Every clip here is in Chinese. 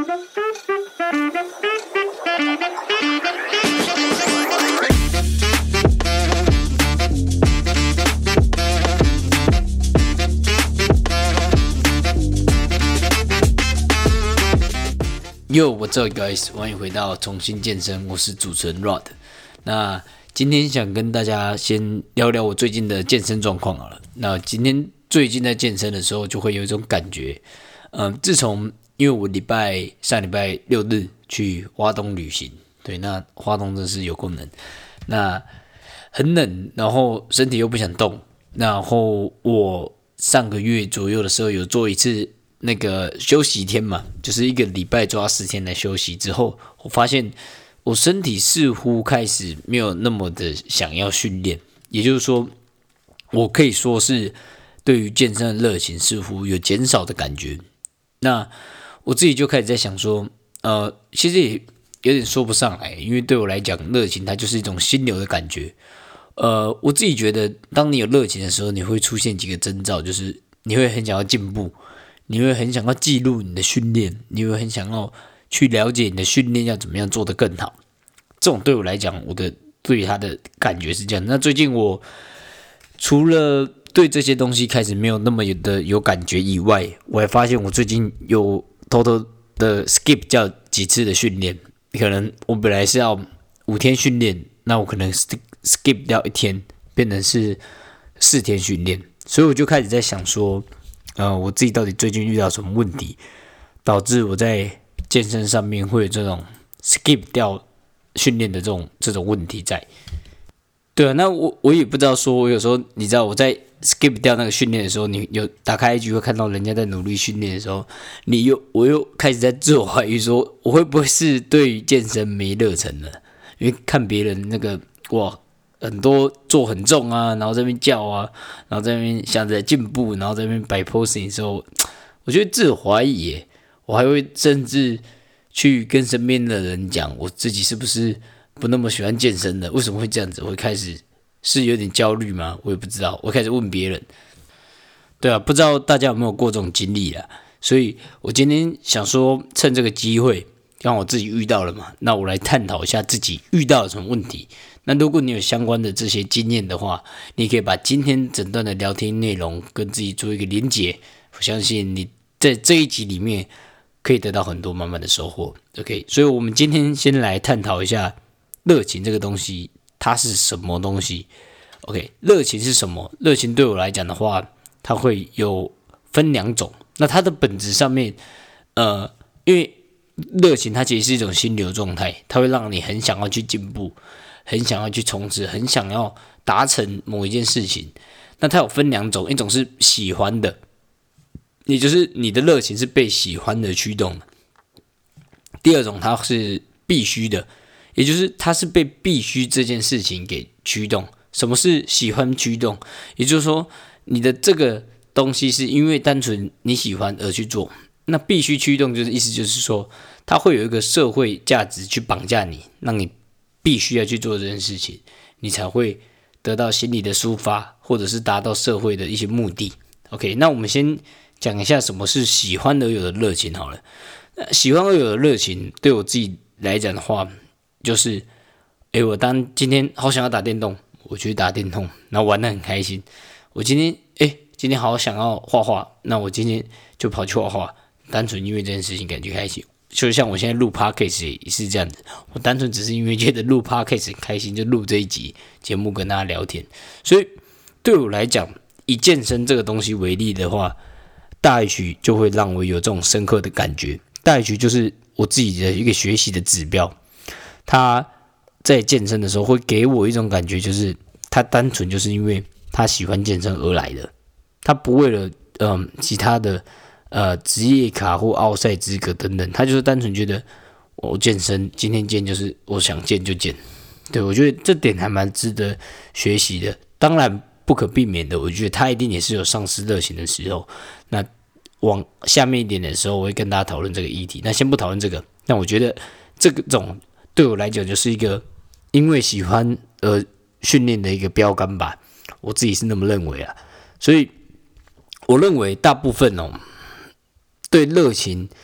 Yo, what's up, guys？ 欢迎回到重新健身，我是主持人 Rod。那今天想跟大家先聊聊我最近的健身状况好了。那今天最近在健身的时候，就会有一种感觉，自从因为我上礼拜六日去花东旅行，对，那花东真是有够冷，那很冷，然后身体又不想动，然后我上个月左右的时候有做一次那个休息天嘛，就是一个礼拜抓10天来休息之后，我发现我身体似乎开始没有那么的想要训练，也就是说，我可以说是对于健身的热情似乎有减少的感觉。那我自己就开始在想说，其实也有点说不上来，因为对我来讲，热情它就是一种心流的感觉。我自己觉得，当你有热情的时候，你会出现几个征兆，就是你会很想要进步。你会很想要记录你的训练，你会很想要去了解你的训练要怎么样做得更好。这种对我来讲，我对他的感觉是这样。那最近我除了对这些东西开始没有那么有感觉以外，我还发现我最近有偷偷的 skip 掉几次的训练。可能我本来是要5天训练，那我可能 skip 掉1天，变成是4天训练。所以我就开始在想说，我自己到底最近遇到什么问题，导致我在健身上面会有这种 skip 掉训练的这种问题在。对啊，那我也不知道说，我有时候你知道我在 skip 掉那个训练的时候，你有打开IG会看到人家在努力训练的时候，我又开始在自我怀疑说，我会不会是对于健身没热忱了？因为看别人那个很多做很重啊，然后在那边叫啊，然后在那边想着进步，然后在那边摆 posing 的时候，我觉得自我怀疑耶。我还会甚至去跟身边的人讲，我自己是不是不那么喜欢健身的？为什么会这样子？我会开始是有点焦虑吗？我也不知道。我开始问别人，对啊，不知道大家有没有过这种经历啊？所以我今天想说，趁这个机会，刚好我自己遇到了嘛，那我来探讨一下自己遇到了什么问题。那如果你有相关的这些经验的话，你可以把今天整段的聊天内容跟自己做一个连结，我相信你在这一集里面可以得到很多满满的收获。OK， 所以我们今天先来探讨一下热情这个东西，它是什么东西 ？OK， 热情是什么？热情对我来讲的话，它会有分2种。那它的本质上面，因为热情它其实是一种心流状态，它会让你很想要去进步。很想要去冲刺，很想要达成某一件事情。那它有分2种，一种是喜欢的，也就是你的热情是被喜欢的驱动的；第二种它是必须的，也就是它是被必须这件事情给驱动。什么是喜欢驱动？也就是说，你的这个东西是因为单纯你喜欢而去做。那必须驱动就是意思就是说，它会有一个社会价值去绑架你，让你必须要去做这件事情，你才会得到心理的抒发，或者是达到社会的一些目的。OK， 那我们先讲一下什么是喜欢而有的热情好了。喜欢而有的热情，对我自己来讲的话，就是我今天好想要打电动，我去打电动，然后玩得很开心。我今天好想要画画，那我今天就跑去画画，单纯因为这件事情感觉开心。就像我现在录 podcast 也是这样子，我单纯只是因为觉得录 podcast 很开心，就录这一集节目跟大家聊天。所以对我来讲，以健身这个东西为例的话，大 H 就会让我有这种深刻的感觉。大 H 就是我自己的一个学习的指标，他在健身的时候会给我一种感觉，就是他单纯就是因为他喜欢健身而来的，他不为了其他的职业卡或奥赛资格等等，他就是单纯觉得我健身今天健就是我想健就健。对，我觉得这点还蛮值得学习的。当然不可避免的，我觉得他一定也是有丧失热情的时候。那往下面一点的时候，我会跟大家讨论这个议题。那先不讨论这个，那我觉得这种对我来讲就是一个因为喜欢而训练的一个标杆吧，我自己是那么认为啊。所以我认为大部分对热情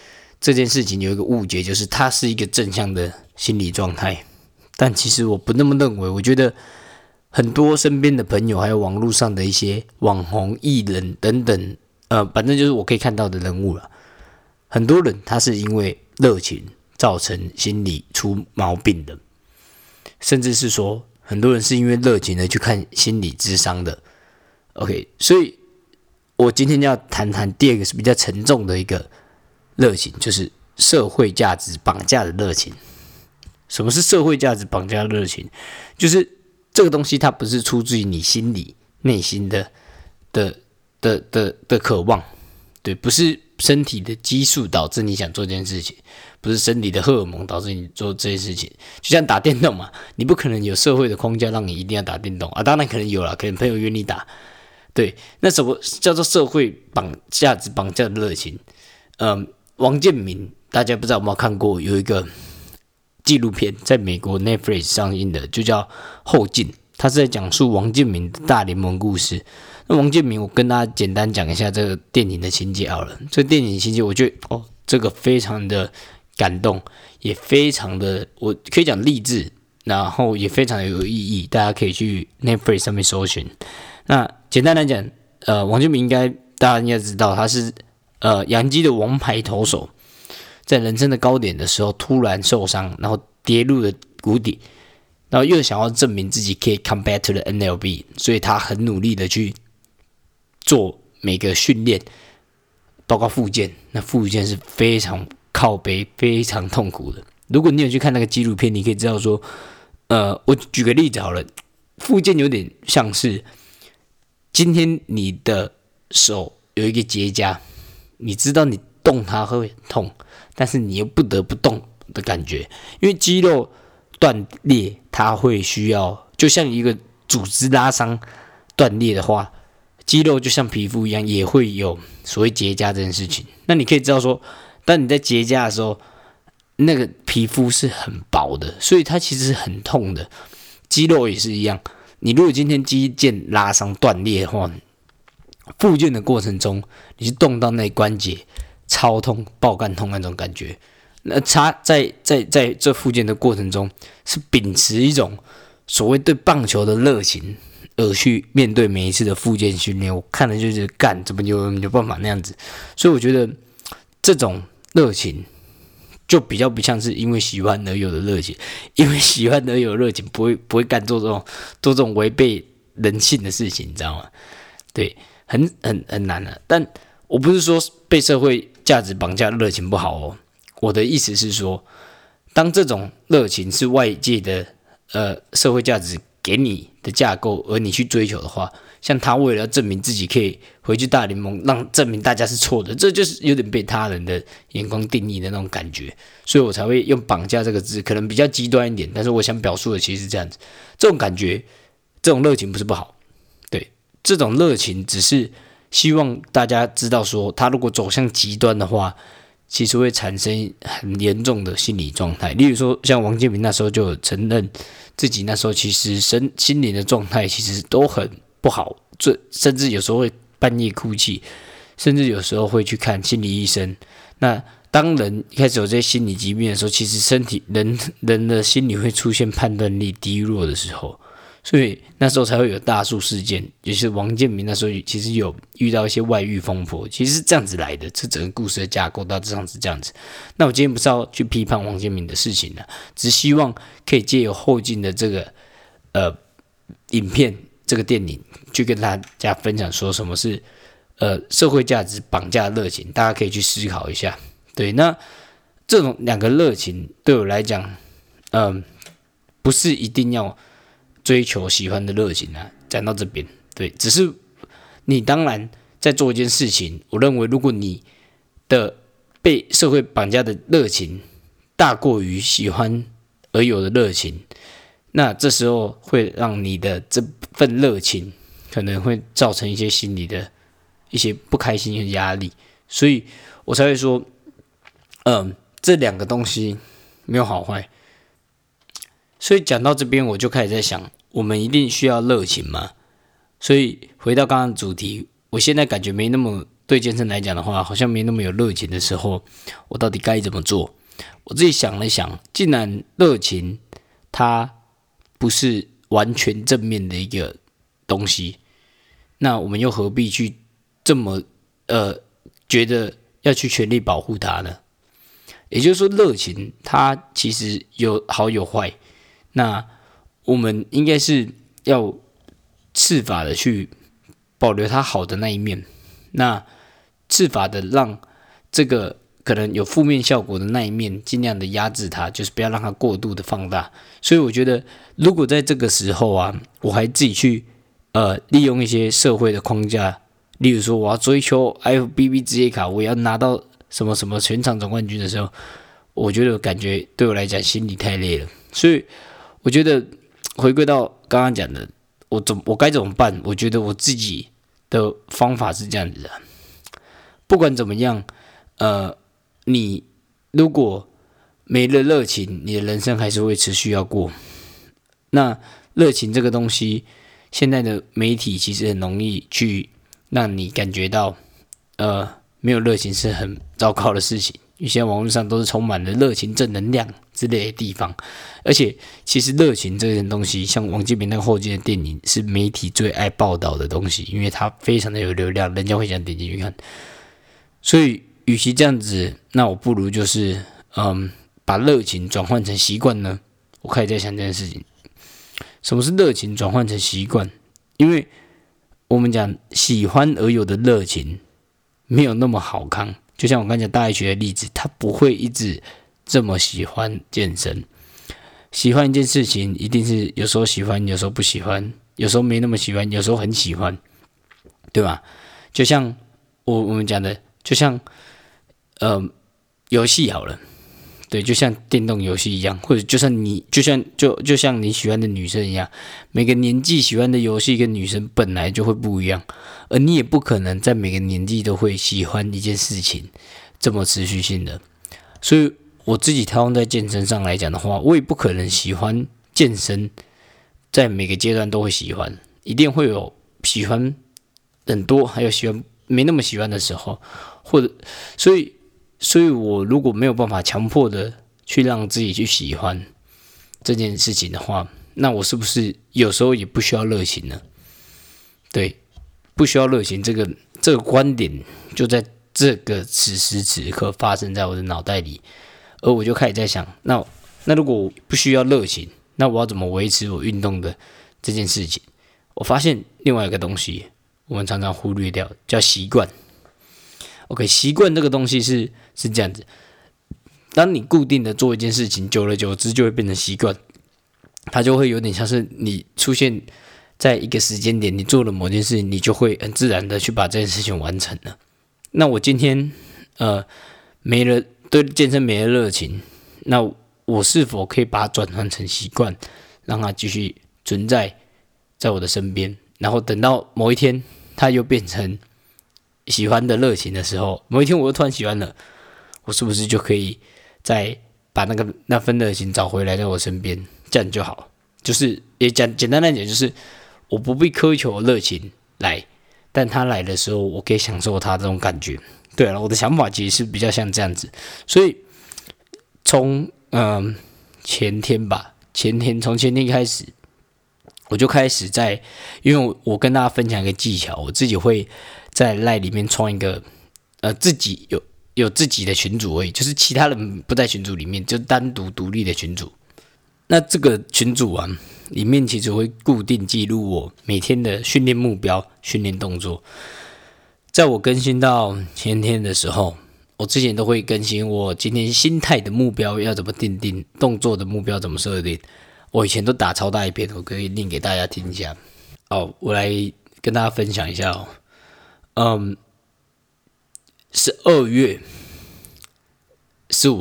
这件事情有一个误解，就是它是一个正向的心理状态，但其实我不那么认为。我觉得很多身边的朋友，还有网络上的一些网红、艺人等等，反正就是我可以看到的人物了。很多人他是因为热情造成心理出毛病的，甚至是说很多人是因为热情的去看心理咨商的。OK， 所以我今天要谈谈第二个是比较沉重的一个热情，就是社会价值绑架的热情。什么是社会价值绑架的热情？就是这个东西它不是出自于你心里内心的渴望，对，不是身体的激素导致你想做这件事情，不是身体的荷尔蒙导致你做这件事情。就像打电动嘛，你不可能有社会的框架让你一定要打电动啊，当然可能有啦，可能朋友约你打。对，那什么叫做社会价值绑架的热情？王建民，大家不知道有没有看过，有一个纪录片在美国 Netflix 上映的，就叫《后进》，他是在讲述王建民的大联盟故事。那王建民，我跟大家简单讲一下这个电影的情节好了。这个电影情节，我觉得这个非常的感动，也非常的，我可以讲励志，然后也非常有意义，大家可以去 Netflix 上面搜寻。那简单来讲，王建民大家应该知道，他是洋基的王牌投手，在人生的高点的时候突然受伤，然后跌入了谷底，然后又想要证明自己可以 come back to the MLB， 所以他很努力的去做每个训练，包括复健。那复健是非常靠背、非常痛苦的。如果你有去看那个纪录片，你可以知道说，我举个例子好了，复健有点像是今天你的手有一个结痂，你知道你动它会很痛，但是你又不得不动的感觉，因为肌肉断裂，它会需要，就像一个组织拉伤断裂的话，肌肉就像皮肤一样，也会有所谓结痂这件事情。那你可以知道说，当你在结痂的时候，那个皮肤是很薄的，所以它其实是很痛的。肌肉也是一样，你如果今天肌腱拉伤断裂的话，复健的过程中，你去动到那关节，超痛、爆干痛那种感觉。那他在这复健的过程中，是秉持一种所谓对棒球的热情，而去面对每一次的复健训练。我看了就是干，怎么有办法那样子？所以我觉得这种热情就比较不像是因为喜欢而有的热情，因为喜欢而有的热情不会干做这种违背人性的事情，你知道吗？对，很难的。但我不是说被社会价值绑架的热情不好哦，我的意思是说，当这种热情是外界的社会价值给你的架构，而你去追求的话，像他为了要证明自己可以回去大联盟，证明大家是错的，这就是有点被他人的眼光定义的那种感觉，所以我才会用绑架这个字，可能比较极端一点，但是我想表述的其实是这样子，这种感觉，这种热情不是不好，对，这种热情只是希望大家知道说，他如果走向极端的话，其实会产生很严重的心理状态。例如说，像王建民那时候就有承认自己那时候其实心理的状态其实都很不好，甚至有时候会半夜哭泣，甚至有时候会去看心理医生。那当人一开始有这些心理疾病的时候，其实人的心理会出现判断力低落的时候。所以那时候才会有大树事件，也就是王建民那时候其实有遇到一些外遇风波，其实是这样子来的，这整个故事的架构大致上是这样子。那我今天不是要去批判王建民的事情了，只希望可以借由后进的这个影片这个电影，去跟大家分享说什么是社会价值绑架的热情，大家可以去思考一下。对，那这种两个热情对我来讲，不是一定要追求喜欢的热情啊，讲到这边，对，只是你当然在做一件事情，我认为如果你的被社会绑架的热情大过于喜欢而有的热情，那这时候会让你的这份热情可能会造成一些心理的一些不开心的压力，所以我才会说，这两个东西没有好坏。所以讲到这边，我就开始在想，我们一定需要热情吗？所以回到刚刚的主题，我现在感觉没那么对健身来讲的话，好像没那么有热情的时候，我到底该怎么做？我自己想了想，既然热情它不是完全正面的一个东西，那我们又何必去这么觉得要去全力保护它呢？也就是说，热情它其实有好有坏，那我们应该是要设法的去保留它好的那一面，那设法的让这个可能有负面效果的那一面尽量的压制它，就是不要让它过度的放大。所以我觉得，如果在这个时候啊，我还自己去利用一些社会的框架，例如说我要追求 FBB 职业卡，我要拿到什么什么全场总冠军的时候，我觉得感觉对我来讲心里太累了。所以我觉得回归到刚刚讲的，我该怎么办？我觉得我自己的方法是这样子的，不管怎么样，你如果没了热情，你的人生还是会持续要过。那热情这个东西，现在的媒体其实很容易去让你感觉到，没有热情是很糟糕的事情。因为现在网络上都是充满了热情、正能量之类的地方，而且其实热情这件东西，像王建民那个后记的电影，是媒体最爱报道的东西，因为它非常的有流量，人家会想点进去看。所以，与其这样子，那我不如就是把热情转换成习惯呢。我开始在想这件事情，什么是热情转换成习惯？因为我们讲喜欢而有的热情没有那么好康。就像我刚才讲大学的例子，他不会一直这么喜欢健身。喜欢一件事情，一定是有时候喜欢，有时候不喜欢，有时候没那么喜欢，有时候很喜欢，对吧？就像我们讲的，就像游戏好了，对，就像电动游戏一样，或者就像你喜欢的女生一样，每个年纪喜欢的游戏跟女生本来就会不一样，而你也不可能在每个年纪都会喜欢一件事情这么持续性的。所以我自己套用在健身上来讲的话，我也不可能喜欢健身，在每个阶段都会喜欢，一定会有喜欢很多，还有喜欢没那么喜欢的时候，或者所以我如果没有办法强迫的去让自己去喜欢这件事情的话，那我是不是有时候也不需要热情呢？对，不需要热情这个观点就在这个此时此刻发生在我的脑袋里，而我就开始在想，那如果我不需要热情，那我要怎么维持我运动的这件事情？我发现另外一个东西，我们常常忽略掉，叫习惯。OK， 习惯这个东西是这样子，当你固定的做一件事情，久而久之就会变成习惯，它就会有点像是你出现在一个时间点，你做了某件事情，你就会很自然的去把这件事情完成了。那我今天没了对健身没了热情，那我是否可以把它转换成习惯，让它继续存在在我的身边，然后等到某一天它又变成喜欢的热情的时候，某一天我又突然喜欢了，我是不是就可以再把那份热情找回来在我身边，这样就好。就是也简单来讲，就是我不必苛求热情来，但它来的时候，我可以享受它这种感觉。对了，我的想法其实是比较像这样子，所以从前天开始，我就开始因为我跟大家分享一个技巧，我自己会在 LINE 里面创一个自己有自己的群组而已，就是其他人不在群组里面，就单独独立的群组。那这个群组啊，里面其实会固定记录我每天的训练目标、训练动作。在我更新到前天的时候，我之前都会更新我今天心态的目标要怎么定，动作的目标怎么设定。我以前都打超大一篇，我可以念给大家听一下。我来跟大家分享一下12月15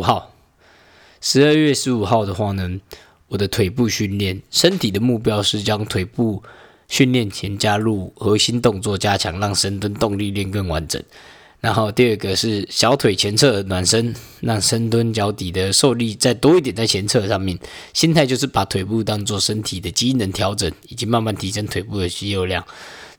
号的话呢，我的腿部训练，身体的目标是将腿部训练前加入核心动作加强，让深蹲动力链更完整。然后第二个是小腿前侧暖身，让深蹲脚底的受力再多一点在前侧上面。心态就是把腿部当作身体的机能调整，以及慢慢提升腿部的肌肉量。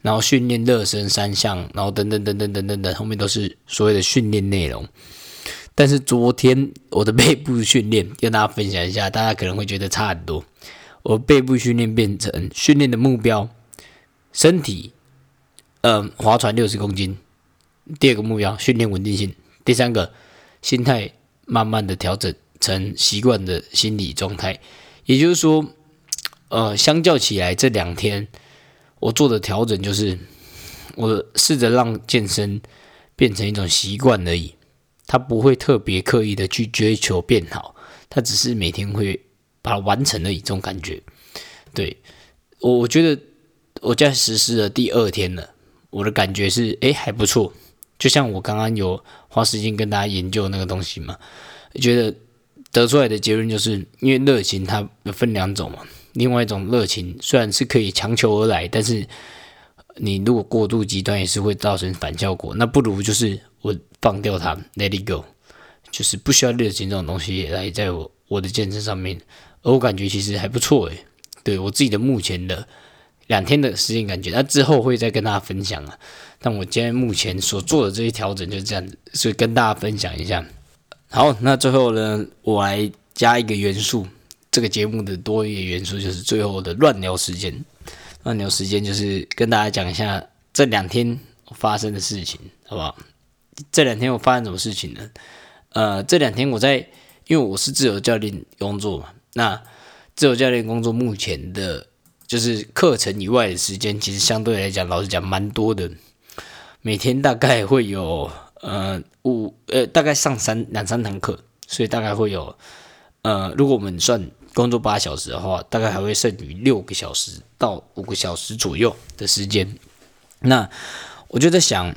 然后训练热身3项，然后等等等等等等等，后面都是所谓的训练内容。但是昨天我的背部训练跟大家分享一下，大家可能会觉得差很多。我背部训练变成训练的目标，身体，划船60公斤。第2个目标训练稳定性，第3个心态慢慢的调整成习惯的心理状态。也就是说，相较起来这2天我做的调整就是，我试着让健身变成一种习惯而已。他不会特别刻意的去追求变好，他只是每天会把它完成而已，这种感觉。对，我觉得我在实施了第2天了，我的感觉是，还不错。就像我刚刚有花时间跟大家研究那个东西嘛，觉得得出来的结论就是，因为热情它分2种嘛，另外一种热情虽然是可以强求而来，但是你如果过度极端也是会造成反效果。那不如就是我放掉它 ，let it go， 就是不需要热情这种东西来在我的健身上面。而我感觉其实还不错对我自己的目前的2天的实验感觉，那之后会再跟大家分享啊。但我今天目前所做的这些调整就是这样子，所以跟大家分享一下。好，那最后呢，我来加一个元素，这个节目的多一个元素就是最后的乱聊时间。乱聊时间就是跟大家讲一下这2天发生的事情，好不好？这2天我发生什么事情呢？这2天因为我是自由教练工作嘛，那自由教练工作目前的就是课程以外的时间，其实相对来讲，老实讲蛮多的。每天大概会有大概上2、3堂课，所以大概会有如果我们算工作8小时的话，大概还会剩余6个小时到5个小时左右的时间。那我就在想，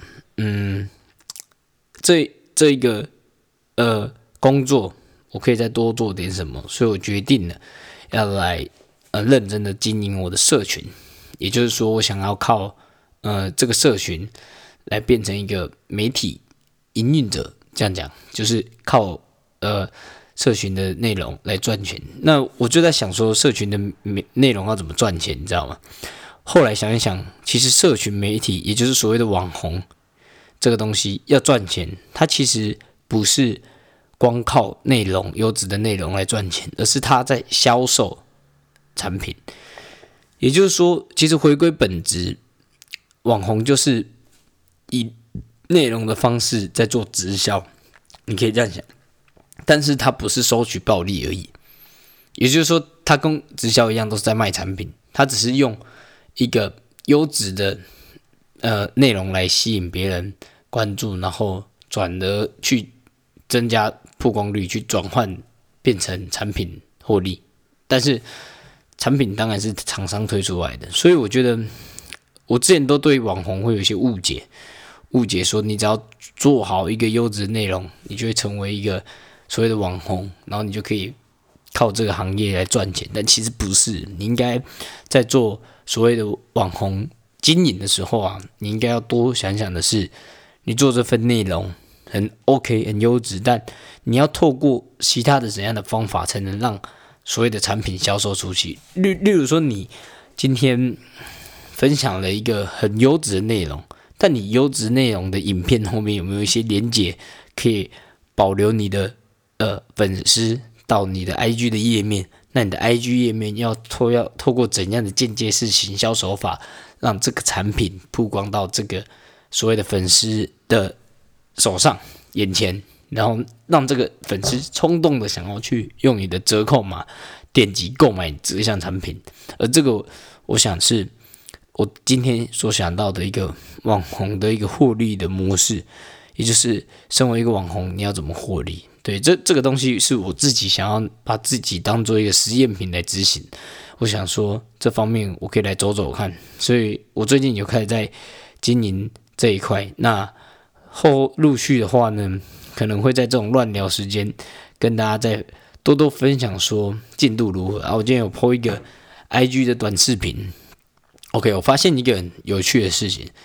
这一个工作，我可以再多做点什么，所以我决定了要来认真的经营我的社群。也就是说，我想要靠这个社群来变成一个媒体营运者，这样讲就是靠社群的内容来赚钱。那我就在想说，社群的内容要怎么赚钱，你知道吗？后来想一想，其实社群媒体，也就是所谓的网红这个东西要赚钱，它其实不是光靠内容优质的内容来赚钱，而是它在销售产品。也就是说，其实回归本质，网红就是以内容的方式在做直销，你可以这样想。但是它不是收取暴利而已，也就是说，它跟直销一样，都是在卖产品，它只是用一个优质的内容来吸引别人关注，然后转而去增加曝光率，去转换变成产品获利。但是产品当然是厂商推出来的，所以我觉得我之前都对网红会有一些误解说你只要做好一个优质的内容，你就会成为一个所谓的网红，然后你就可以靠这个行业来赚钱。但其实不是，你应该在做所谓的网红经营的时候啊，你应该要多想想的是，你做这份内容很 OK 很优质，但你要透过其他的怎样的方法才能让所谓的产品销售出去。例如说，你今天分享了一个很优质的内容，但你优质内容的影片后面有没有一些连结可以保留你的粉丝到你的 IG 的页面？那你的 IG 页面要透过怎样的间接式行销手法，让这个产品曝光到这个所谓的粉丝的手上眼前，然后让这个粉丝冲动的想要去用你的折扣码点击购买这项产品。而这个我想是我今天所想到的一个网红的一个获利的模式，也就是身为一个网红你要怎么获利。对，这个东西是我自己想要把自己当做一个实验品来执行。我想说这方面我可以来走走看，所以我最近有开始在经营这一块。那后陆续的话呢，可能会在这种乱聊时间跟大家再多多分享说进度如何啊。我今天有 po 一个 IG 的短视频。OK， 我发现一个很有趣的事情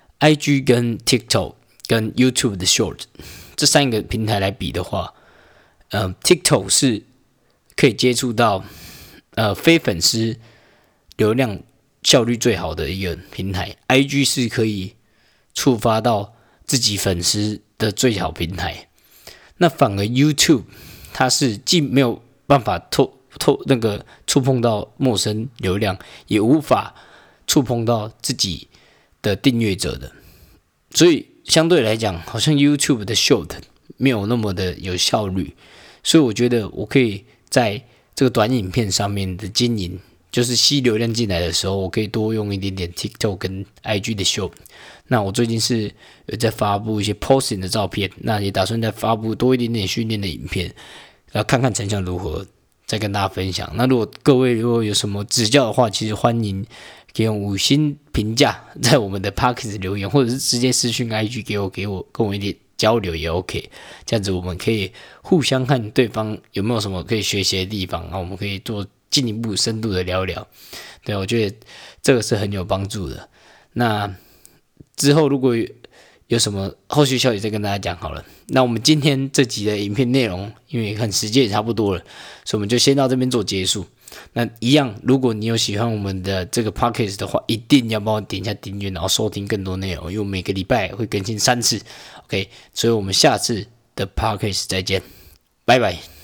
，IG 跟 TikTok 跟 YouTube 的 Short 这3个平台来比的话，TikTok 是可以接触到非粉丝流量效率最好的一个平台 ，IG 是可以触发到自己粉丝的最好平台。那反而 YouTube 它是既没有办法触碰到陌生流量，也无法触碰到自己的订阅者的，所以相对来讲，好像 YouTube 的 Short 没有那么的有效率。所以我觉得我可以在这个短影片上面的经营，就是吸流量进来的时候，我可以多用一点点 TikTok 跟 IG 的 Short。那我最近是有在发布一些 posing 的照片，那也打算再发布多一点点训练的影片，看看成效如何，再跟大家分享。那如果各位如果有什么指教的话，其实欢迎给我5星评价，在我们的 Podcast 留言，或者是直接私讯 IG 跟我一点交流也 OK。这样子我们可以互相看对方有没有什么可以学习的地方，然后我们可以做进一步深度的聊聊。对，我觉得这个是很有帮助的。那之后如果有什么后续消息再跟大家讲好了。那我们今天这集的影片内容，因为看时间也差不多了，所以我们就先到这边做结束。那一样，如果你有喜欢我们的这个 podcast 的话，一定要帮我点一下订阅，然后收听更多内容，因为我每个礼拜会更新3次。OK， 所以我们下次的 podcast 再见，拜拜。